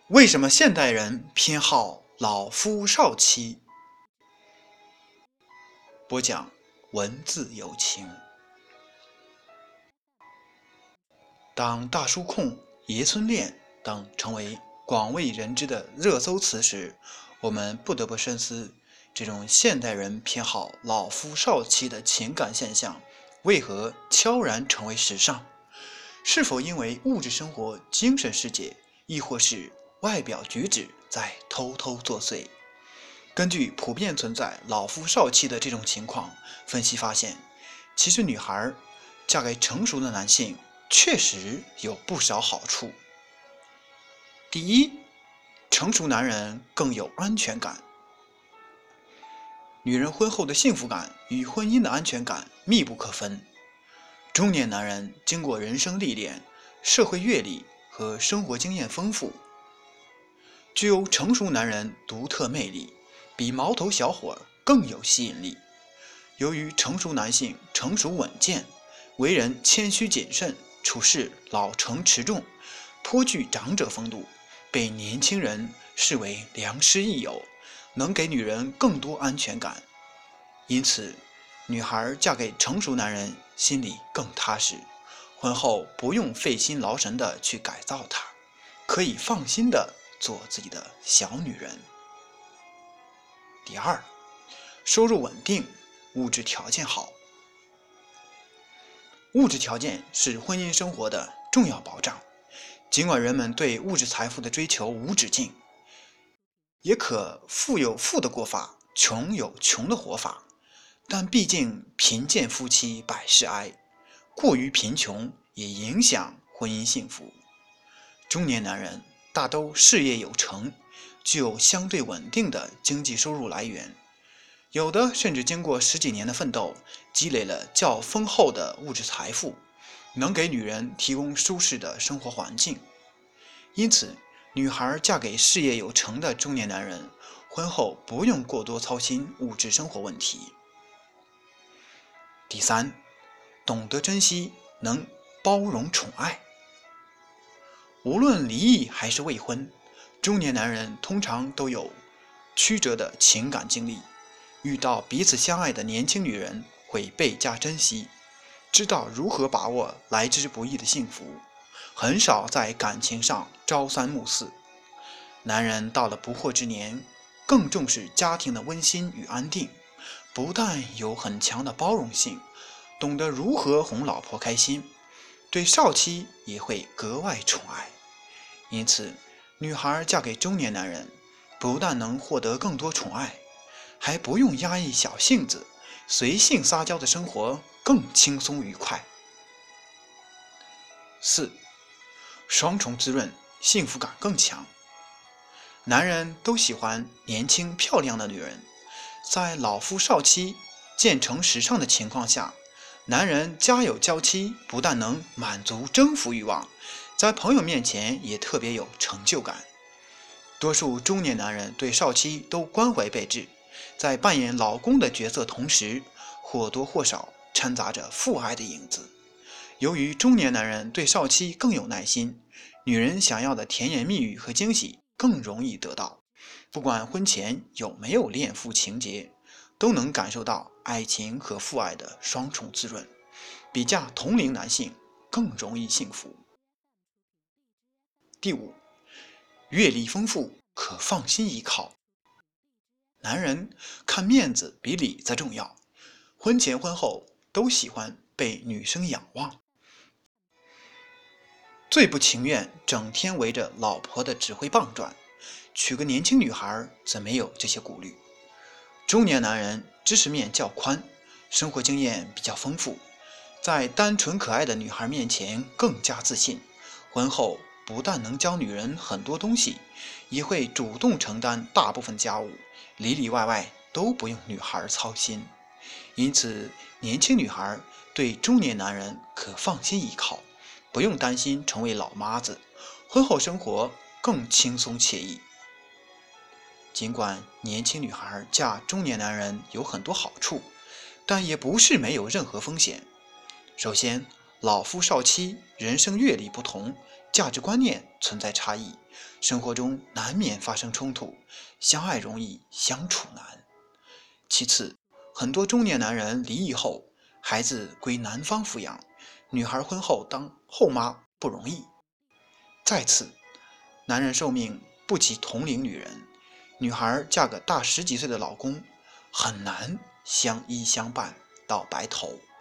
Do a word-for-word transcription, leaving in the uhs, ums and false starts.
为什么现代人偏好老夫少妻？播讲文字有情。当大叔控、爷孙恋等成为广为人知的热搜词时，我们不得不深思，这种现代人偏好老夫少妻的情感现象为何悄然成为时尚？是否因为物质生活、精神世界，亦或是外表举止在偷偷作祟？根据普遍存在老夫少妻的这种情况分析发现，其实女孩嫁给成熟的男性确实有不少好处。第一，成熟男人更有安全感。女人婚后的幸福感与婚姻的安全感密不可分。中年男人经过人生历练、社会阅历和生活经验丰富，具有成熟男人独特魅力，比毛头小伙更有吸引力。由于成熟男性成熟稳健，为人谦虚谨慎，处事老成持重，颇具长者风度，被年轻人视为良师益友，能给女人更多安全感。因此，女孩嫁给成熟男人心里更踏实，婚后不用费心劳神的去改造她，可以放心的做自己的小女人。第二，收入稳定，物质条件好。物质条件是婚姻生活的重要保障，尽管人们对物质财富的追求无止境，也可富有富的过法，穷有穷的活法，但毕竟贫贱夫妻百事哀，过于贫穷也影响婚姻幸福。中年男人大都事业有成，具有相对稳定的经济收入来源，有的甚至经过十几年的奋斗，积累了较丰厚的物质财富，能给女人提供舒适的生活环境。因此，女孩嫁给事业有成的中年男人，婚后不用过多操心物质生活问题。第三，懂得珍惜，能包容宠爱。无论离异还是未婚，中年男人通常都有曲折的情感经历，遇到彼此相爱的年轻女人会倍加珍惜，知道如何把握来之不易的幸福，很少在感情上朝三暮四。男人到了不惑之年，更重视家庭的温馨与安定，不但有很强的包容性，懂得如何哄老婆开心，对少妻也会格外宠爱。因此，女孩嫁给中年男人，不但能获得更多宠爱，还不用压抑小性子，随性撒娇的生活更轻松愉快。四，双重滋润，幸福感更强。男人都喜欢年轻漂亮的女人，在老夫少妻渐成时尚的情况下，男人家有娇妻不但能满足征服欲望，在朋友面前也特别有成就感。多数中年男人对少妻都关怀备至，在扮演老公的角色同时，或多或少掺杂着父爱的影子。由于中年男人对少妻更有耐心，女人想要的甜言蜜语和惊喜更容易得到。不管婚前有没有恋父情节，都能感受到爱情和父爱的双重滋润，比嫁同龄男性更容易幸福。第五，阅历丰富，可放心依靠。男人看面子比里子重要，婚前婚后都喜欢被女生仰望，最不情愿整天围着老婆的指挥棒转，娶个年轻女孩则没有这些顾虑。中年男人知识面较宽，生活经验比较丰富，在单纯可爱的女孩面前更加自信，婚后不但能教女人很多东西，也会主动承担大部分家务，里里外外都不用女孩操心。因此，年轻女孩对中年男人可放心依靠，不用担心成为老妈子，婚后生活更轻松惬意。尽管年轻女孩嫁中年男人有很多好处，但也不是没有任何风险。首先，老夫少妻人生阅历不同， 价值观念存在差异，生活中难免发生冲突，相爱容易相处难。其次，很多中年男人离异后，孩子归男方抚养，女孩婚后当后妈不容易。再次，男人寿命不及同龄女人，女孩嫁个大十几岁的老公，很难相依相伴到白头。